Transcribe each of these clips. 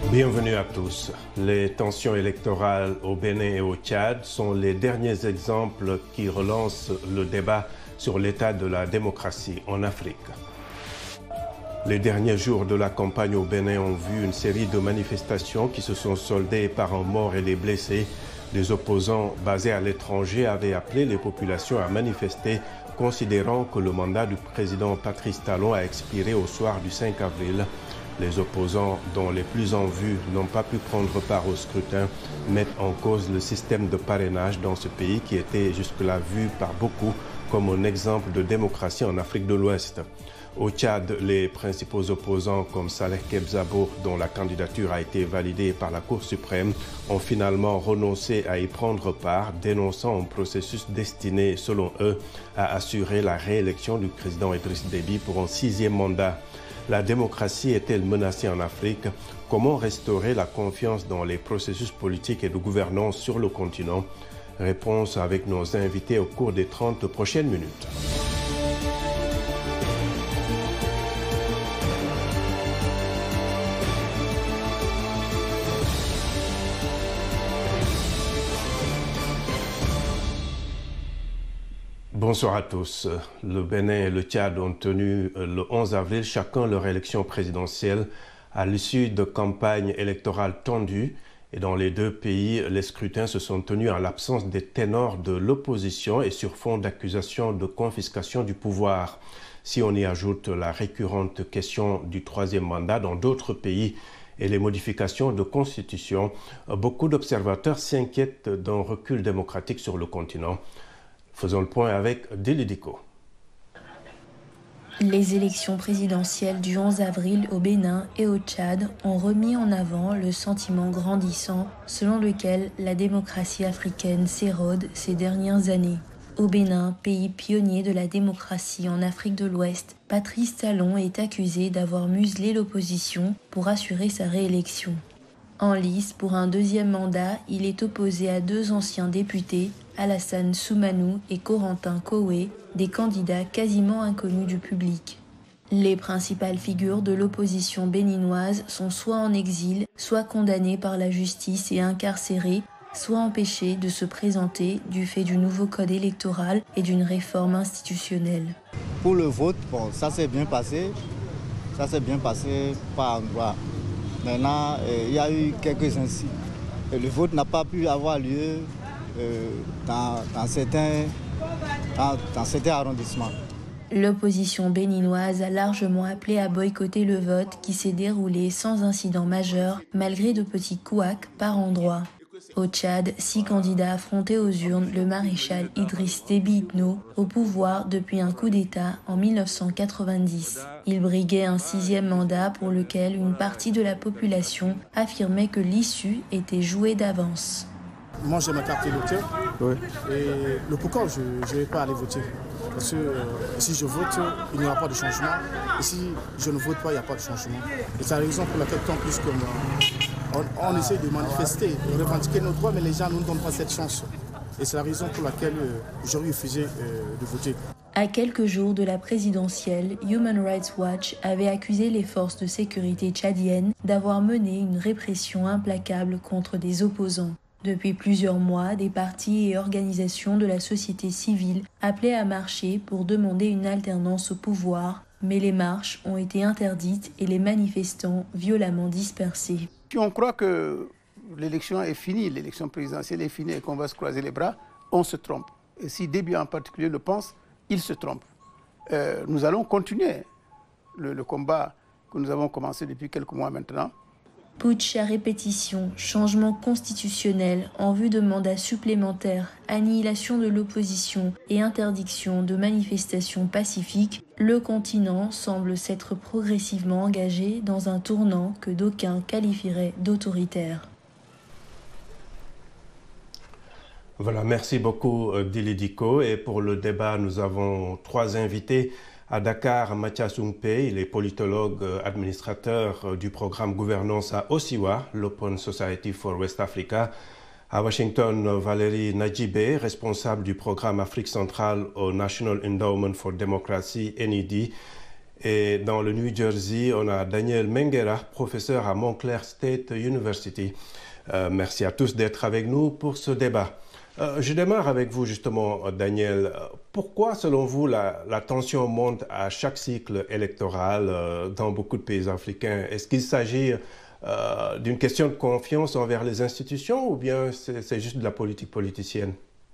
Bienvenue à tous. Les tensions électorales au Bénin et au Tchad sont les derniers exemples qui relancent le débat sur l'état de la démocratie en Afrique. Les derniers jours de la campagne au Bénin ont vu une série de manifestations qui se sont soldées par un mort et des blessés. Des opposants basés à l'étranger avaient appelé les populations à manifester, considérant que le mandat du président Patrice Talon a expiré au soir du 5 avril. Les opposants, dont les plus en vue n'ont pas pu prendre part au scrutin, mettent en cause le système de parrainage dans ce pays qui était jusque-là vu par beaucoup comme un exemple de démocratie en Afrique de l'Ouest. Au Tchad, les principaux opposants comme Saleh Kebzabo, dont la candidature a été validée par la Cour suprême, ont finalement renoncé à y prendre part, dénonçant un processus destiné, selon eux, à assurer la réélection du président Idriss Déby pour un 6e mandat. La démocratie est-elle menacée en Afrique? Comment restaurer la confiance dans les processus politiques et de gouvernance sur le continent? Réponse avec nos invités au cours des 30 prochaines minutes. Bonsoir à tous. Le Bénin et le Tchad ont tenu le 11 avril chacun leur élection présidentielle à l'issue de campagnes électorales tendues. Et dans les deux pays, les scrutins se sont tenus en l'absence des ténors de l'opposition et sur fond d'accusations de confiscation du pouvoir. Si on y ajoute la récurrente question du 3e mandat dans d'autres pays et les modifications de constitution, beaucoup d'observateurs s'inquiètent d'un recul démocratique sur le continent. Faisons le point avec Dilidico. Les élections présidentielles du 11 avril au Bénin et au Tchad ont remis en avant le sentiment grandissant selon lequel la démocratie africaine s'érode ces dernières années. Au Bénin, pays pionnier de la démocratie en Afrique de l'Ouest, Patrice Talon est accusé d'avoir muselé l'opposition pour assurer sa réélection. En lice pour un 2e mandat, il est opposé à 2 anciens députés, Alassane Soumanou et Corentin Koué, des candidats quasiment inconnus du public. Les principales figures de l'opposition béninoise sont soit en exil, soit condamnées par la justice et incarcérées, soit empêchées de se présenter du fait du nouveau code électoral et d'une réforme institutionnelle. Pour le vote, bon, ça s'est bien passé. Ça s'est bien passé par endroit. Maintenant, il y a eu quelques incidents. Le vote n'a pas pu avoir lieu dans certains arrondissements. L'opposition béninoise a largement appelé à boycotter le vote qui s'est déroulé sans incident majeur, malgré de petits couacs par endroits. Au Tchad, 6 candidats affrontaient aux urnes le maréchal Idriss Déby Itno, au pouvoir depuis un coup d'État en 1990. Il briguait un 6e mandat pour lequel une partie de la population affirmait que l'issue était jouée d'avance. Moi, j'ai ma carte d'électeur. Oui. Et le pourquoi je ne vais pas aller voter. Parce que si je vote, il n'y aura pas de changement. Et si je ne vote pas, il n'y a pas de changement. Et c'est la raison pour laquelle, tant plus comme on essaie de manifester, de revendiquer nos droits, mais les gens ne nous donnent pas cette chance. Et c'est la raison pour laquelle j'ai refusé de voter. À quelques jours de la présidentielle, Human Rights Watch avait accusé les forces de sécurité tchadiennes d'avoir mené une répression implacable contre des opposants. Depuis plusieurs mois, des partis et organisations de la société civile appelaient à marcher pour demander une alternance au pouvoir, mais les marches ont été interdites et les manifestants violemment dispersés. Si on croit que l'élection est finie, l'élection présidentielle est finie et qu'on va se croiser les bras, on se trompe. Et si Déby en particulier le pense, il se trompe. Nous allons continuer le combat que nous avons commencé depuis quelques mois maintenant. Putsch à répétition, changement constitutionnel en vue de mandats supplémentaires, annihilation de l'opposition et interdiction de manifestations pacifiques, le continent semble s'être progressivement engagé dans un tournant que d'aucuns qualifieraient d'autoritaire. Voilà, merci beaucoup Dilidico. Et pour le débat, nous avons 3 invités. À Dakar, Mathias Oumpe, il est politologue, administrateur du programme gouvernance à Osiwa, l'Open Society for West Africa. À Washington, Valérie Nadjibé, responsable du programme Afrique centrale au National Endowment for Democracy, NED. Et dans le New Jersey, on a Daniel Menguera, professeur à Montclair State University. Merci à tous d'être avec nous pour ce débat. Je démarre avec vous justement, Daniel. Pourquoi, selon vous, la tension monte à chaque cycle électoral dans beaucoup de pays africains? Est-ce qu'il s'agit d'une question de confiance envers les institutions ou bien c'est juste de la politique politicienne?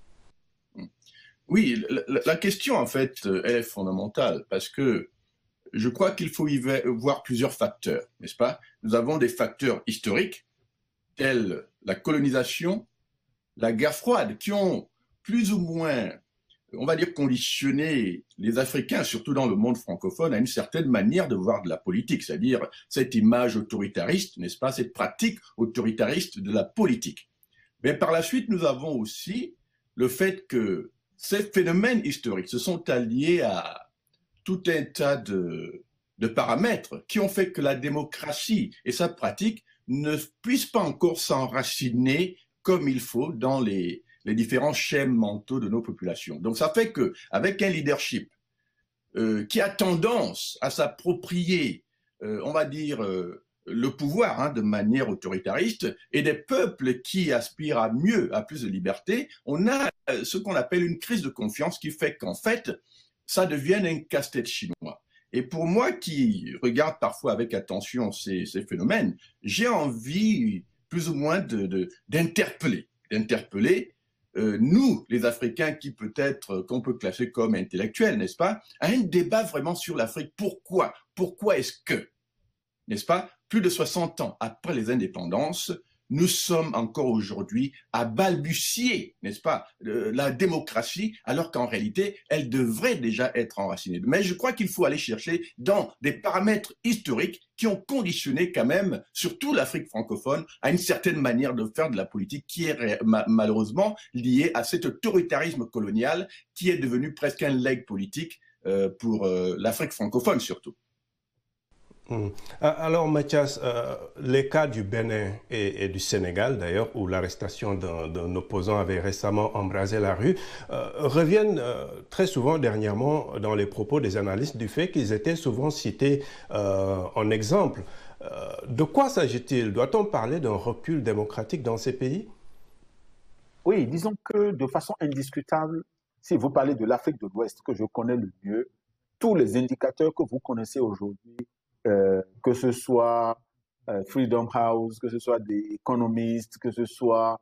Oui, la question, en fait, elle est fondamentale parce que je crois qu'il faut y voir plusieurs facteurs, n'est-ce pas? Nous avons des facteurs historiques, tels la colonisation, la guerre froide, qui ont plus ou moins, on va dire, conditionné les Africains, surtout dans le monde francophone, à une certaine manière de voir de la politique, c'est-à-dire cette image autoritariste, n'est-ce pas, cette pratique autoritariste de la politique. Mais par la suite, nous avons aussi le fait que ces phénomènes historiques se sont alliés à tout un tas de paramètres qui ont fait que la démocratie et sa pratique ne puissent pas encore s'enraciner comme il faut dans les différents schèmes mentaux de nos populations. Donc ça fait qu'avec un leadership qui a tendance à s'approprier, on va dire, le pouvoir de manière autoritariste, et des peuples qui aspirent à mieux, à plus de liberté, on a ce qu'on appelle une crise de confiance qui fait qu'en fait, ça devient un casse-tête chinois. Et pour moi qui regarde parfois avec attention ces phénomènes, j'ai envie plus ou moins d'interpeller nous, les Africains, qu'on peut classer comme intellectuels, n'est-ce pas, à un débat vraiment sur l'Afrique. Pourquoi? Pourquoi est-ce que, n'est-ce pas, plus de 60 ans après les indépendances, nous sommes encore aujourd'hui à balbutier, n'est-ce pas, la démocratie, alors qu'en réalité, elle devrait déjà être enracinée. Mais je crois qu'il faut aller chercher dans des paramètres historiques qui ont conditionné quand même, surtout l'Afrique francophone, à une certaine manière de faire de la politique qui est malheureusement liée à cet autoritarisme colonial qui est devenu presque un legs politique pour l'Afrique francophone surtout. Alors Mathias, les cas du Bénin et du Sénégal d'ailleurs, où l'arrestation d'un opposant avait récemment embrasé la rue, reviennent très souvent dernièrement dans les propos des analystes du fait qu'ils étaient souvent cités en exemple. De quoi s'agit-il? Doit-on parler d'un recul démocratique dans ces pays? Oui, disons que de façon indiscutable, si vous parlez de l'Afrique de l'Ouest, que je connais le mieux, tous les indicateurs que vous connaissez aujourd'hui, que ce soit Freedom House, que ce soit des économistes, que ce soit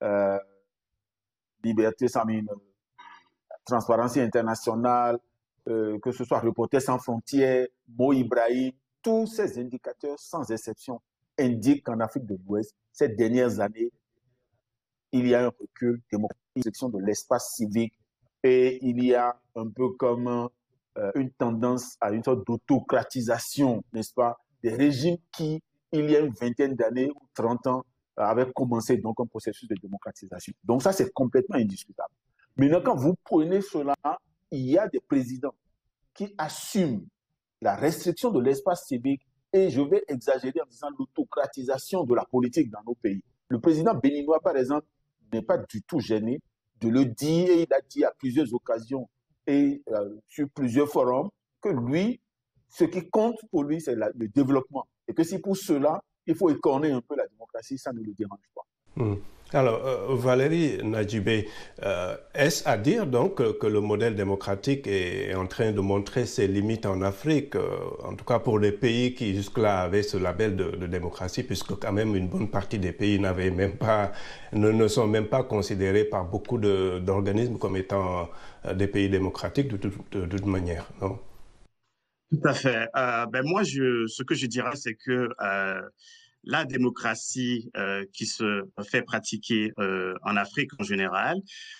Liberté sans mine, Transparency International, que ce soit Reporters sans frontières, Mo Ibrahim, tous ces indicateurs, sans exception, indiquent qu'en Afrique de l'Ouest, ces dernières années, il y a un recul démocratique de l'espace civique et il y a un peu comme une tendance à une sorte d'autocratisation, n'est-ce pas, des régimes qui, il y a une vingtaine d'années ou 30 ans, avaient commencé donc un processus de démocratisation. Donc ça, c'est complètement indiscutable. Maintenant, quand vous prenez cela, il y a des présidents qui assument la restriction de l'espace civique et je vais exagérer en disant l'autocratisation de la politique dans nos pays. Le président béninois, par exemple, n'est pas du tout gêné de le dire et il a dit à plusieurs occasions et sur plusieurs forums que lui, ce qui compte pour lui, c'est le développement. Et que si pour cela, il faut écorner un peu la démocratie, ça ne le dérange pas. Alors, Valérie Nadjibé, est-ce à dire donc que le modèle démocratique est en train de montrer ses limites en Afrique, en tout cas pour les pays qui jusque-là avaient ce label de démocratie, puisque quand même une bonne partie des pays ne sont même pas considérés par beaucoup d'organismes comme étant des pays démocratiques de toute manière, non? Tout à fait. Moi, ce que je dirais, c'est que la démocratie qui se fait pratiquer en Afrique en général,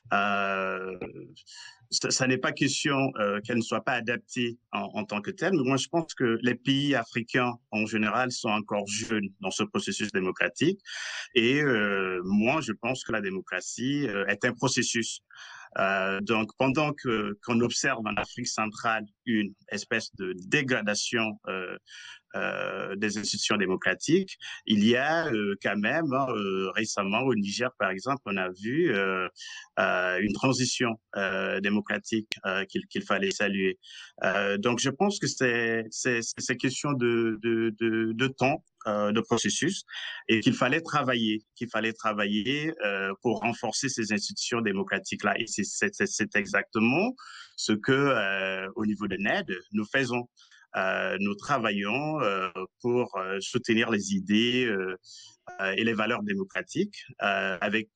ça n'est pas question qu'elle ne soit pas adaptée en tant que telle, mais moi je pense que les pays africains en général sont encore jeunes dans ce processus démocratique et moi je pense que la démocratie est un processus. Donc, pendant qu'on observe en Afrique centrale une espèce de dégradation des institutions démocratiques, il y a quand même, récemment au Niger, par exemple, on a vu une transition démocratique qu'il fallait saluer. Donc, je pense que c'est question de temps, de processus, et qu'il fallait travailler pour renforcer ces institutions démocratiques-là. Et c'est exactement ce que, au niveau de NED, nous faisons. Nous travaillons pour soutenir les idées et les valeurs démocratiques avec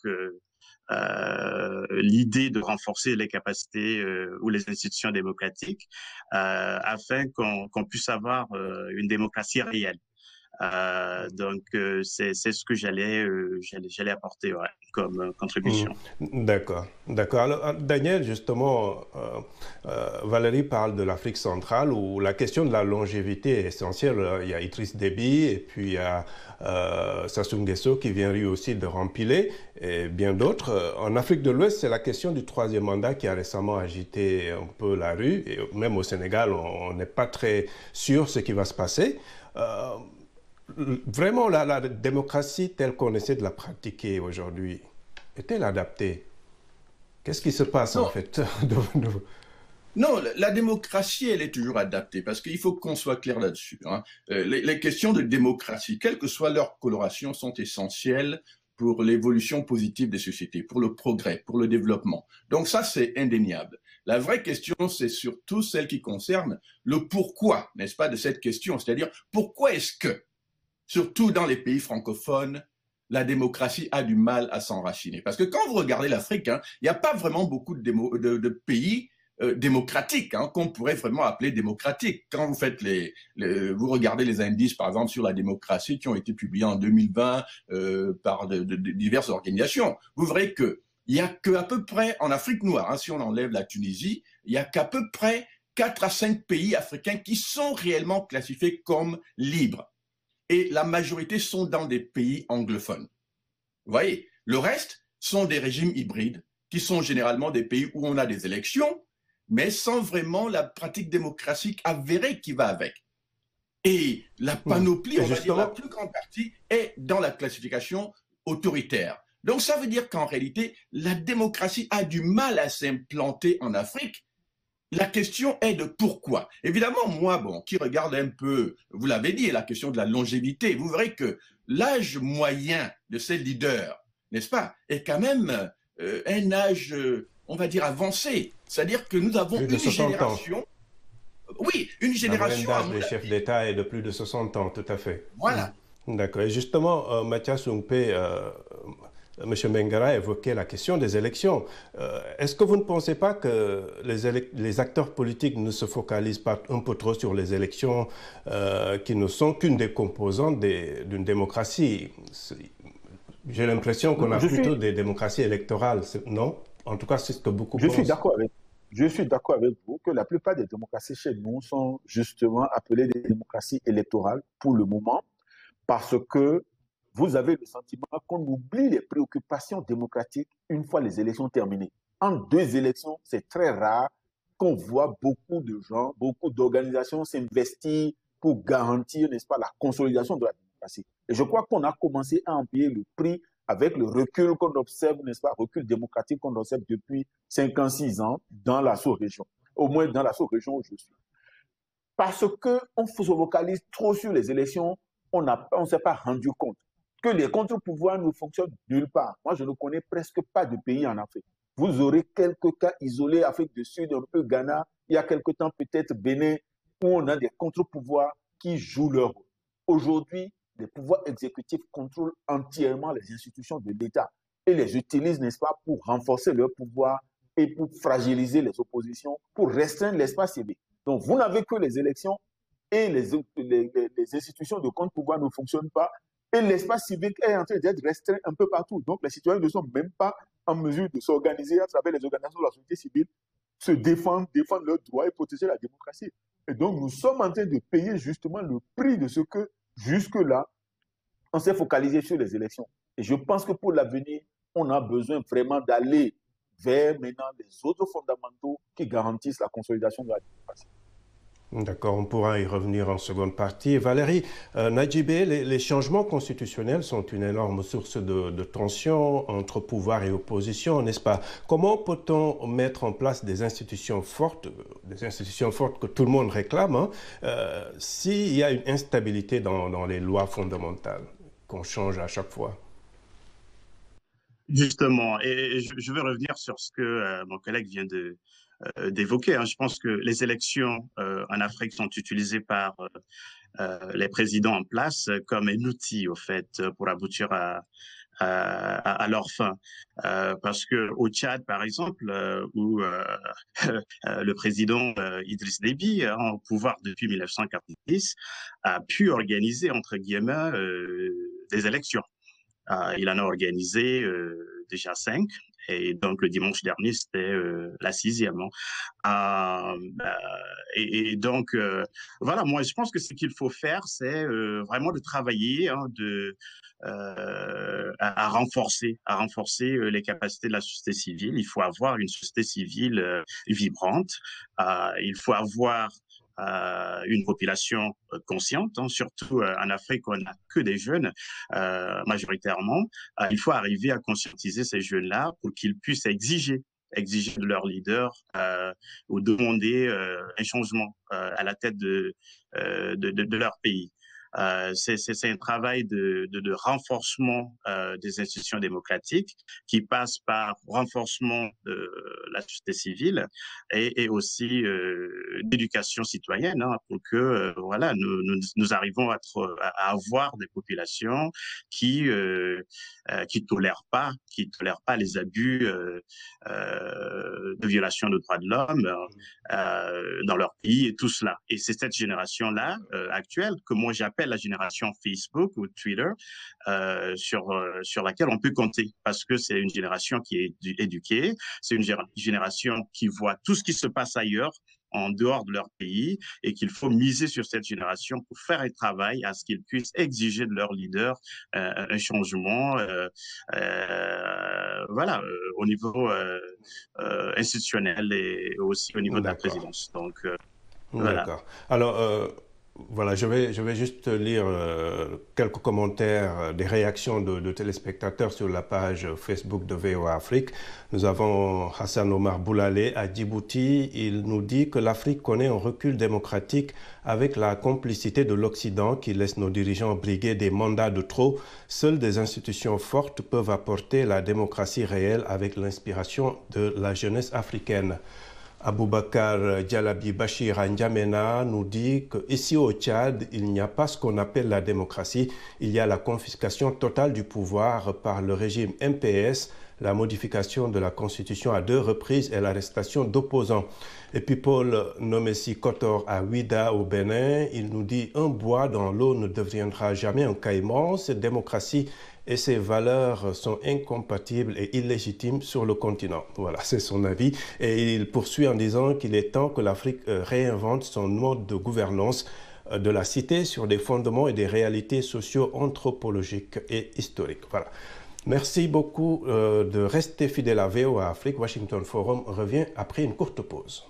l'idée de renforcer les capacités ou les institutions démocratiques afin qu'on puisse avoir une démocratie réelle. Donc, c'est ce que j'allais apporter comme contribution. D'accord. Alors, Daniel, justement, Valérie parle de l'Afrique centrale où la question de la longévité est essentielle. Il y a Idriss Déby et puis il y a Sassou Nguesso qui vient lui aussi de rempiler et bien d'autres. En Afrique de l'Ouest, c'est la question du troisième mandat qui a récemment agité un peu la rue. Et même au Sénégal, on n'est pas très sûr ce qui va se passer. Vraiment, la démocratie telle qu'on essaie de la pratiquer aujourd'hui, est-elle adaptée? Qu'est-ce qui se passe en fait? Non, la démocratie, elle est toujours adaptée, parce qu'il faut qu'on soit clair là-dessus. Les questions de démocratie, quelle que soit leur coloration, sont essentielles pour l'évolution positive des sociétés, pour le progrès, pour le développement. Donc ça, c'est indéniable. La vraie question, c'est surtout celle qui concerne le pourquoi, n'est-ce pas, de cette question, c'est-à-dire pourquoi est-ce que, surtout dans les pays francophones, la démocratie a du mal à s'enraciner. Parce que quand vous regardez l'Afrique, il n'y a pas vraiment beaucoup de pays démocratiques qu'on pourrait vraiment appeler démocratiques. Quand vous faites vous regardez les indices, par exemple, sur la démocratie qui ont été publiés en 2020 par de diverses organisations, vous verrez qu'il n'y a qu'à peu près, en Afrique noire, si on enlève la Tunisie, il n'y a qu'à peu près 4 à 5 pays africains qui sont réellement classifiés comme libres. Et la majorité sont dans des pays anglophones. Vous voyez, le reste sont des régimes hybrides qui sont généralement des pays où on a des élections, mais sans vraiment la pratique démocratique avérée qui va avec. Et la panoplie, on va dire, la plus grande partie est dans la classification autoritaire. Donc ça veut dire qu'en réalité, la démocratie a du mal à s'implanter en Afrique. La question est de pourquoi. Évidemment, moi, qui regarde un peu, vous l'avez dit, la question de la longévité, vous verrez que l'âge moyen de ces leaders, n'est-ce pas, est quand même un âge, on va dire, avancé. C'est-à-dire que nous avons une génération... Oui, une génération... La moyenne d'âge des chefs d'État est de plus de 60 ans, tout à fait. Voilà. D'accord. Et justement, Mathias Soumpe... M. Mengara évoquait la question des élections. Est-ce que vous ne pensez pas que les acteurs politiques ne se focalisent pas un peu trop sur les élections qui ne sont qu'une des composantes d'une démocratie? J'ai l'impression qu'on a plutôt des démocraties électorales, non? En tout cas, c'est ce que beaucoup pensent. Je suis d'accord avec vous que la plupart des démocraties chez nous sont justement appelées des démocraties électorales pour le moment, parce que vous avez le sentiment qu'on oublie les préoccupations démocratiques une fois les élections terminées. En 2 élections, c'est très rare qu'on voit beaucoup de gens, beaucoup d'organisations s'investir pour garantir, n'est-ce pas, la consolidation de la démocratie. Et je crois qu'on a commencé à en payer le prix avec le recul qu'on observe, n'est-ce pas, recul démocratique qu'on observe depuis 5 ans, 6 ans dans la sous-région, au moins dans la sous-région où je suis. Parce qu'on se focalise trop sur les élections, on ne s'est pas rendu compte que les contre-pouvoirs ne fonctionnent nulle part. Moi, je ne connais presque pas de pays en Afrique. Vous aurez quelques cas isolés, Afrique du Sud, un peu Ghana, il y a quelque temps peut-être Bénin, où on a des contre-pouvoirs qui jouent leur rôle. Aujourd'hui, les pouvoirs exécutifs contrôlent entièrement les institutions de l'État et les utilisent, n'est-ce pas, pour renforcer leur pouvoir et pour fragiliser les oppositions, pour restreindre l'espace civique. Donc, vous n'avez que les élections et les institutions de contre-pouvoir ne fonctionnent pas. Et l'espace civique est en train d'être restreint un peu partout. Donc, les citoyens ne sont même pas en mesure de s'organiser à travers les organisations de la société civile, se défendre leurs droits et protéger la démocratie. Et donc, nous sommes en train de payer justement le prix de ce que, jusque-là, on s'est focalisé sur les élections. Et je pense que pour l'avenir, on a besoin vraiment d'aller vers maintenant les autres fondamentaux qui garantissent la consolidation de la démocratie. D'accord, on pourra y revenir en seconde partie. Valérie, Nadjibé, les changements constitutionnels sont une énorme source de tension entre pouvoir et opposition, n'est-ce pas? Comment peut-on mettre en place des institutions fortes que tout le monde réclame, hein, s'il y a une instabilité dans les lois fondamentales qu'on change à chaque fois? Justement, et je veux revenir sur ce que mon collègue vient d'évoquer. Hein. Je pense que les élections en Afrique sont utilisées par les présidents en place comme un outil, au fait, pour aboutir à leur fin. Parce que au Tchad, par exemple, où le président Idriss Déby, au pouvoir depuis 1990, a pu organiser, entre guillemets, des élections. Il en a organisé déjà 5. Et donc, le dimanche dernier, c'était la 6e. Et donc, voilà, moi, je pense que ce qu'il faut faire, c'est vraiment de travailler, hein, à renforcer les capacités de la société civile. Il faut avoir une société civile vibrante. Il faut avoir une population consciente, hein, surtout en Afrique où on n'a que des jeunes majoritairement. Il faut arriver à conscientiser ces jeunes-là pour qu'ils puissent exiger de leurs leaders ou demander un changement à la tête de leur pays. C'est un travail de renforcement des institutions démocratiques qui passe par renforcement de la société civile et aussi d'éducation citoyenne, hein, pour que voilà, nous arrivons à avoir des populations qui tolèrent pas les abus de violation des droits de l'homme dans leur pays et tout cela. Et c'est cette génération-là actuelle que moi j'appelle la génération Facebook ou Twitter, sur laquelle on peut compter, parce que c'est une génération qui est éduquée, c'est une génération qui voit tout ce qui se passe ailleurs, en dehors de leur pays, et qu'il faut miser sur cette génération pour faire un travail à ce qu'ils puissent exiger de leurs leaders un changement voilà, au niveau institutionnel et aussi au niveau de la présidence. Donc, voilà. D'accord. Alors, voilà, je vais juste lire quelques commentaires, des réactions de téléspectateurs sur la page Facebook de VOA Afrique. Nous avons Hassan Omar Boulalé à Djibouti. Il nous dit que l'Afrique connaît un recul démocratique avec la complicité de l'Occident qui laisse nos dirigeants briguer des mandats de trop. Seules des institutions fortes peuvent apporter la démocratie réelle avec l'inspiration de la jeunesse africaine. Aboubakar Dialabi Bachir N'Djamena nous dit qu'ici au Tchad, il n'y a pas ce qu'on appelle la démocratie. Il y a la confiscation totale du pouvoir par le régime MPS, la modification de la Constitution à 2 reprises et l'arrestation d'opposants. Et puis Paul Nomessi Kotor à Ouida au Bénin, il nous dit « Un bois dans l'eau ne deviendra jamais un caïman. Cette démocratie et ses valeurs sont incompatibles et illégitimes sur le continent. » Voilà, c'est son avis. Et il poursuit en disant qu'il est temps que l'Afrique réinvente son mode de gouvernance de la cité sur des fondements et des réalités socio-anthropologiques et historiques. Voilà. Merci beaucoup de rester fidèle à VOA Afrique. Washington Forum revient après une courte pause.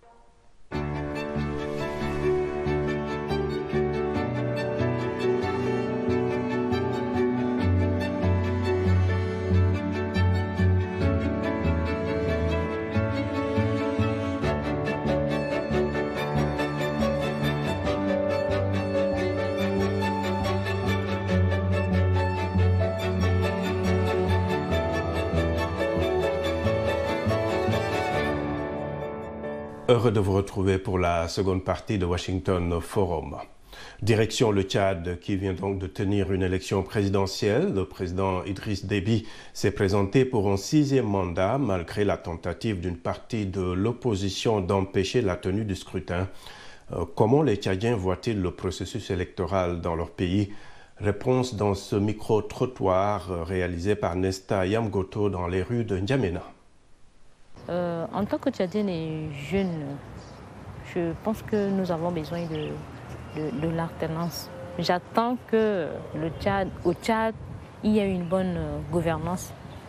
Heureux de vous retrouver pour la seconde partie de Washington Forum. Direction le Tchad qui vient donc de tenir une élection présidentielle. Le président Idriss Déby s'est présenté pour un 6e mandat malgré la tentative d'une partie de l'opposition d'empêcher la tenue du scrutin. Comment les Tchadiens voient-ils le processus électoral dans leur pays? Réponse dans ce micro-trottoir réalisé par Nesta Yamgoto dans les rues de N'Djamena. En tant que Tchadienne et jeune, je pense que nous avons besoin de l'alternance. J'attends que au Tchad, il y ait une bonne gouvernance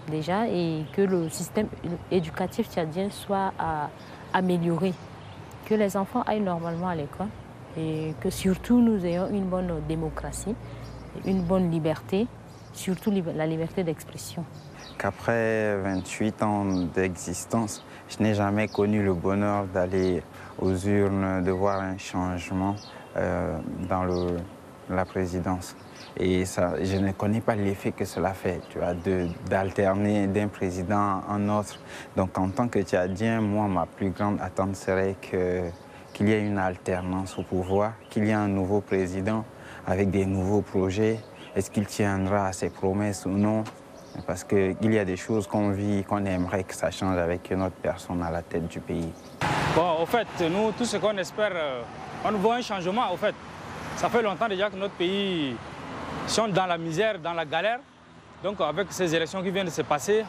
déjà, et que le système éducatif tchadien soit amélioré, que les enfants aillent normalement à l'école et que surtout nous ayons une bonne démocratie, une bonne liberté, surtout la liberté d'expression. Qu'après 28 ans d'existence, je n'ai jamais connu le bonheur d'aller aux urnes, de voir un changement dans la présidence. Et ça, je ne connais pas l'effet que cela fait, tu vois, d'alterner d'un président à un autre. Donc en tant que Tchadien, moi, ma plus grande attente serait qu'il y ait une alternance au pouvoir, qu'il y ait un nouveau président avec des nouveaux projets. Est-ce qu'il tiendra à ses promesses ou non? Parce qu'il y a des choses qu'on vit, qu'on aimerait que ça change avec une autre personne à la tête du pays. Bon, au fait, nous, tout ce qu'on espère, on voit un changement, au fait. Ça fait longtemps déjà que notre pays sont dans la misère, dans la galère. Donc avec ces élections qui viennent de se passer,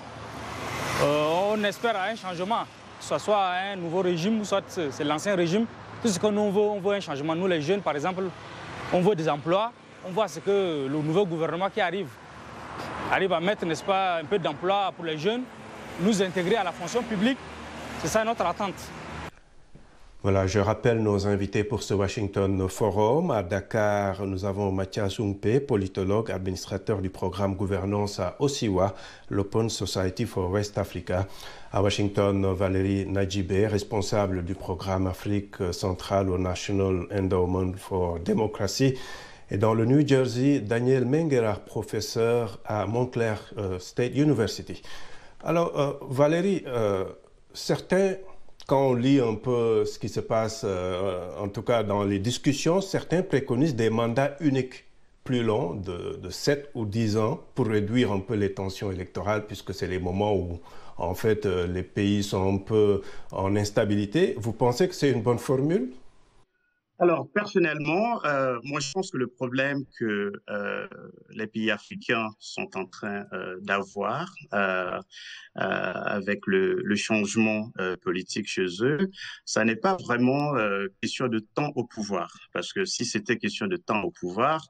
on espère un changement, que ce soit un nouveau régime, soit c'est l'ancien régime. Tout ce que nous on veut un changement. Nous les jeunes, par exemple, on veut des emplois. On voit ce que le nouveau gouvernement qui arrive à mettre, n'est-ce pas, un peu d'emploi pour les jeunes, nous intégrer à la fonction publique. C'est ça notre attente. Voilà, je rappelle nos invités pour ce Washington Forum. À Dakar, nous avons Mathias Oumpe, politologue, administrateur du programme gouvernance à Osiwa, l'Open Society for West Africa. À Washington, Valérie Nadjibé, responsable du programme Afrique centrale au National Endowment for Democracy. Et dans le New Jersey, Daniel Menguera, professeur à Montclair State University. Alors, Valérie, certains... Quand on lit un peu ce qui se passe, en tout cas dans les discussions, certains préconisent des mandats uniques plus longs, de 7 ou 10 ans, pour réduire un peu les tensions électorales, puisque c'est les moments où, en fait, les pays sont un peu en instabilité. Vous pensez que c'est une bonne formule ? Alors, personnellement, moi, je pense que le problème que les pays africains sont en train d'avoir avec le changement politique chez eux, ça n'est pas vraiment question de temps au pouvoir. Parce que si c'était question de temps au pouvoir,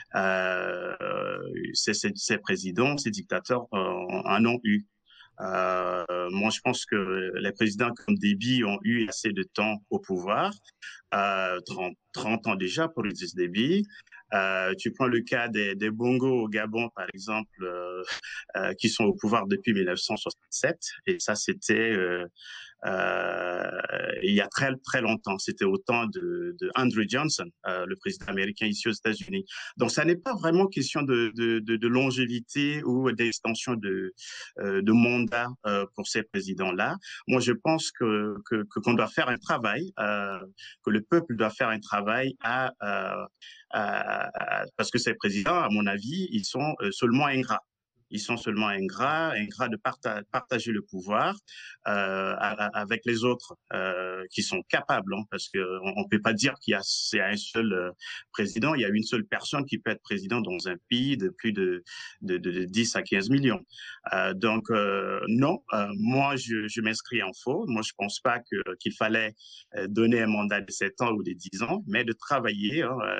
ces présidents, ces dictateurs en ont eu. Moi, je pense que les présidents comme Déby ont eu assez de temps au pouvoir, 30 ans déjà pour Idriss Déby. Tu prends le cas des Bongo au Gabon, par exemple, qui sont au pouvoir depuis 1967, et ça, c'était il y a très, très longtemps. C'était au temps de Andrew Johnson, le président américain ici aux États-Unis. Donc, ça n'est pas vraiment question de longévité ou d'extension de mandat pour ces présidents-là. Moi, je pense qu'on doit faire un travail, que le peuple doit faire un travail parce que ces présidents, à mon avis, ils sont seulement ingrats. Ils sont seulement ingrats de partager le pouvoir avec les autres qui sont capables, hein, parce qu'on ne peut pas dire qu'il y a un seul président. Il y a une seule personne qui peut être président dans un pays de plus de 10 à 15 millions. Donc, non, moi, je m'inscris en faux. Moi, je ne pense pas qu'il fallait donner un mandat de 7 ans ou de 10 ans, mais de travailler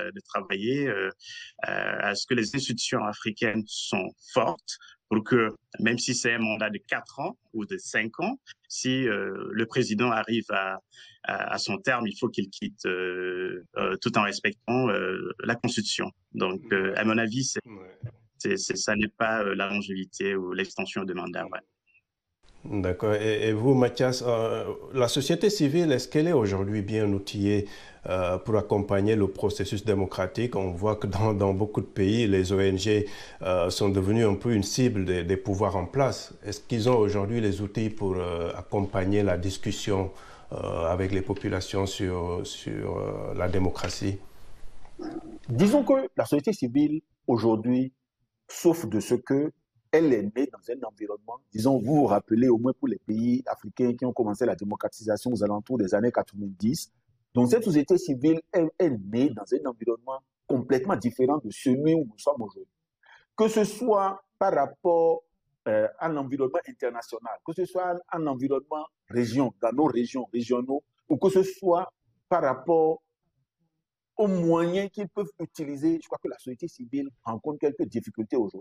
à ce que les institutions africaines sont fortes, pour que, même si c'est un mandat de 4 ans ou de 5 ans, si le président arrive à son terme, il faut qu'il quitte tout en respectant la Constitution. Donc, à mon avis, ça n'est pas la longévité ou l'extension de mandat. Ouais. D'accord. Et vous, Mathias, la société civile, est-ce qu'elle est aujourd'hui bien outillée pour accompagner le processus démocratique? On voit que dans beaucoup de pays, les ONG sont devenues un peu une cible des pouvoirs en place. Est-ce qu'ils ont aujourd'hui les outils pour accompagner la discussion avec les populations sur la démocratie? Disons que la société civile, aujourd'hui, souffre de ce que elle est née dans un environnement, disons, vous vous rappelez au moins pour les pays africains qui ont commencé la démocratisation aux alentours des années 90. Donc cette société civile est née dans un environnement complètement différent de celui où nous sommes aujourd'hui. Que ce soit par rapport à l'environnement international, que ce soit en environnement dans nos régions régionaux, ou que ce soit par rapport aux moyens qu'ils peuvent utiliser. Je crois que la société civile rencontre quelques difficultés aujourd'hui.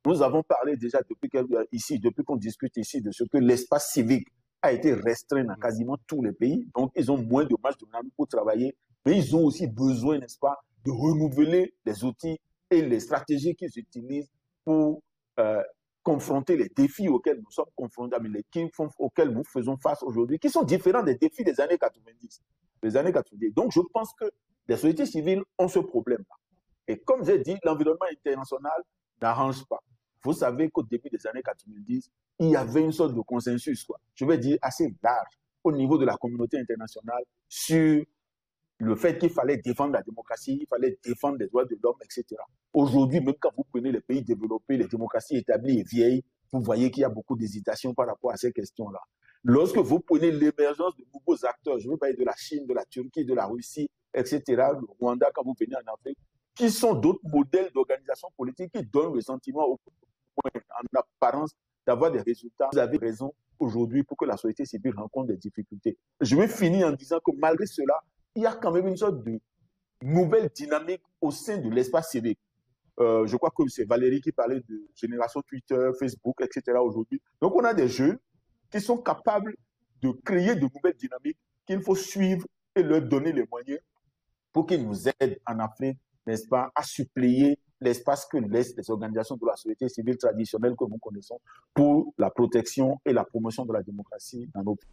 Nous avons parlé déjà depuis qu'on discute ici, de ce que l'espace civique a été restreint dans quasiment tous les pays. Donc, ils ont moins de marge de manœuvre pour travailler, mais ils ont aussi besoin, n'est-ce pas, de renouveler les outils et les stratégies qu'ils utilisent pour confronter les défis auxquels nous sommes confrontés, auxquels nous faisons face aujourd'hui, qui sont différents des défis des années 90. Donc, je pense que les sociétés civiles ont ce problème-là. Et comme j'ai dit, l'environnement international n'arrange pas. Vous savez qu'au début des années 90, il y avait une sorte de consensus, je vais dire assez large, au niveau de la communauté internationale sur le fait qu'il fallait défendre la démocratie, il fallait défendre les droits de l'homme, etc. Aujourd'hui, même quand vous prenez les pays développés, les démocraties établies et vieilles, vous voyez qu'il y a beaucoup d'hésitation par rapport à ces questions-là. Lorsque vous prenez l'émergence de nouveaux acteurs, je veux parler de la Chine, de la Turquie, de la Russie, etc., le Rwanda, quand vous venez en Afrique, qui sont d'autres modèles d'organisation politique qui donnent le sentiment, au moins en apparence, d'avoir des résultats. Vous avez raison aujourd'hui pour que la société civile rencontre des difficultés. Je vais finir en disant que malgré cela, il y a quand même une sorte de nouvelle dynamique au sein de l'espace civique. Je crois que c'est Valérie qui parlait de génération Twitter, Facebook, etc. aujourd'hui. Donc, on a des jeunes qui sont capables de créer de nouvelles dynamiques qu'il faut suivre et leur donner les moyens pour qu'ils nous aident en Afrique, n'est-ce pas, à suppléer l'espace que laissent les organisations de la société civile traditionnelle que nous connaissons pour la protection et la promotion de la démocratie dans nos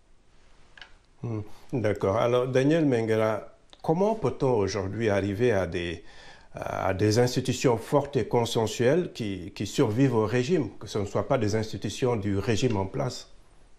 pays. D'accord. Alors, Daniel Menguela, comment peut-on aujourd'hui arriver à des institutions fortes et consensuelles qui survivent au régime, que ce ne soient pas des institutions du régime en place?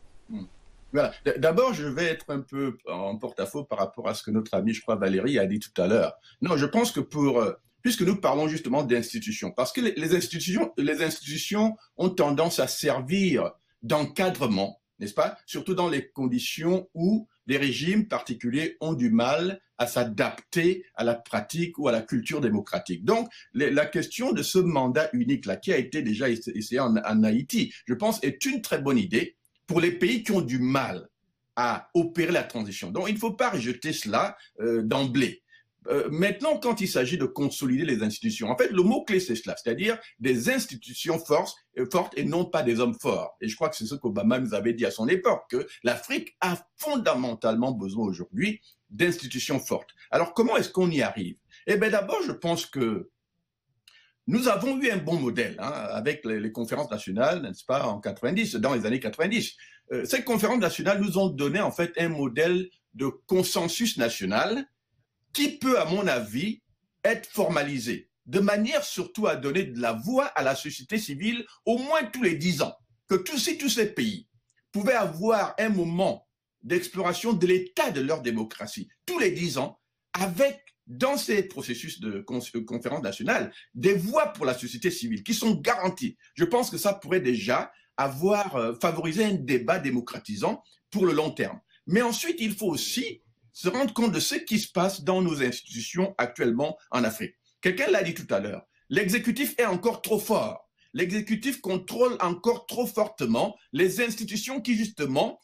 Voilà. D'abord, je vais être un peu en porte-à-faux par rapport à ce que notre ami, je crois, Valérie a dit tout à l'heure. Non, je pense que puisque nous parlons justement d'institutions, parce que les institutions ont tendance à servir d'encadrement, n'est-ce pas? Surtout dans les conditions où les régimes particuliers ont du mal à s'adapter à la pratique ou à la culture démocratique. Donc, la question de ce mandat unique-là, qui a été déjà essayé en Haïti, je pense, est une très bonne idée pour les pays qui ont du mal à opérer la transition. Donc, il ne faut pas rejeter cela d'emblée. Maintenant, quand il s'agit de consolider les institutions, en fait, le mot-clé, c'est cela, c'est-à-dire des institutions fortes et non pas des hommes forts. Et je crois que c'est ce qu'Obama nous avait dit à son époque, que l'Afrique a fondamentalement besoin aujourd'hui d'institutions fortes. Alors, comment est-ce qu'on y arrive? Eh bien, d'abord, je pense que nous avons eu un bon modèle avec les conférences nationales, n'est-ce pas, en 90, dans les années 90. Ces conférences nationales nous ont donné, en fait, un modèle de consensus national qui peut, à mon avis, être formalisé, de manière surtout à donner de la voix à la société civile au moins tous les 10 ans, que tous ces pays pouvaient avoir un moment d'exploration de l'état de leur démocratie, tous les 10 ans, avec, dans ces processus de conférence nationale, des voix pour la société civile qui sont garanties. Je pense que ça pourrait déjà favoriser un débat démocratisant pour le long terme. Mais ensuite, il faut aussi se rendre compte de ce qui se passe dans nos institutions actuellement en Afrique. Quelqu'un l'a dit tout à l'heure, l'exécutif est encore trop fort. L'exécutif contrôle encore trop fortement les institutions qui, justement,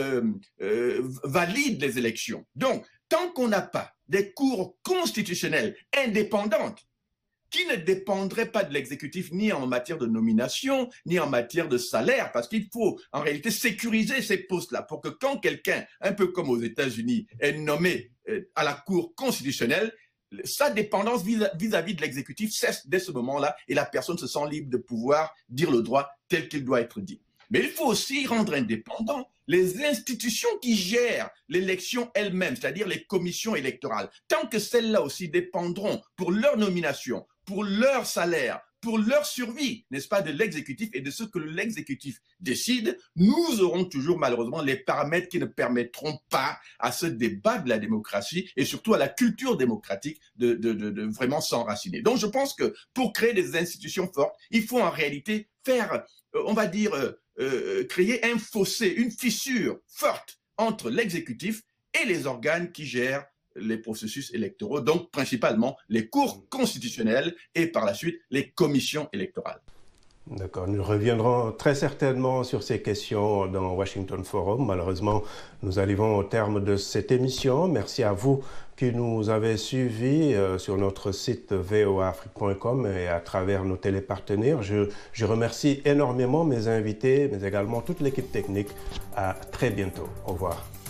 valident les élections. Donc, tant qu'on n'a pas des cours constitutionnelles indépendantes qui ne dépendraient pas de l'exécutif ni en matière de nomination, ni en matière de salaire, parce qu'il faut en réalité sécuriser ces postes-là pour que quand quelqu'un, un peu comme aux États-Unis, est nommé à la Cour constitutionnelle, sa dépendance vis-à-vis de l'exécutif cesse dès ce moment-là et la personne se sent libre de pouvoir dire le droit tel qu'il doit être dit. Mais il faut aussi rendre indépendants les institutions qui gèrent l'élection elle-même, c'est-à-dire les commissions électorales. Tant que celles-là aussi dépendront pour leur nomination, pour leur salaire, pour leur survie, n'est-ce pas, de l'exécutif et de ce que l'exécutif décide, nous aurons toujours malheureusement les paramètres qui ne permettront pas à ce débat de la démocratie et surtout à la culture démocratique de vraiment s'enraciner. Donc je pense que pour créer des institutions fortes, il faut en réalité faire, on va dire, créer un fossé, une fissure forte entre l'exécutif et les organes qui gèrent les processus électoraux, donc principalement les cours constitutionnels et par la suite les commissions électorales. D'accord, nous reviendrons très certainement sur ces questions dans Washington Forum. Malheureusement, nous arrivons au terme de cette émission. Merci à vous qui nous avez suivis sur notre site voaafrique.com et à travers nos télépartenaires. Je remercie énormément mes invités, mais également toute l'équipe technique. À très bientôt. Au revoir.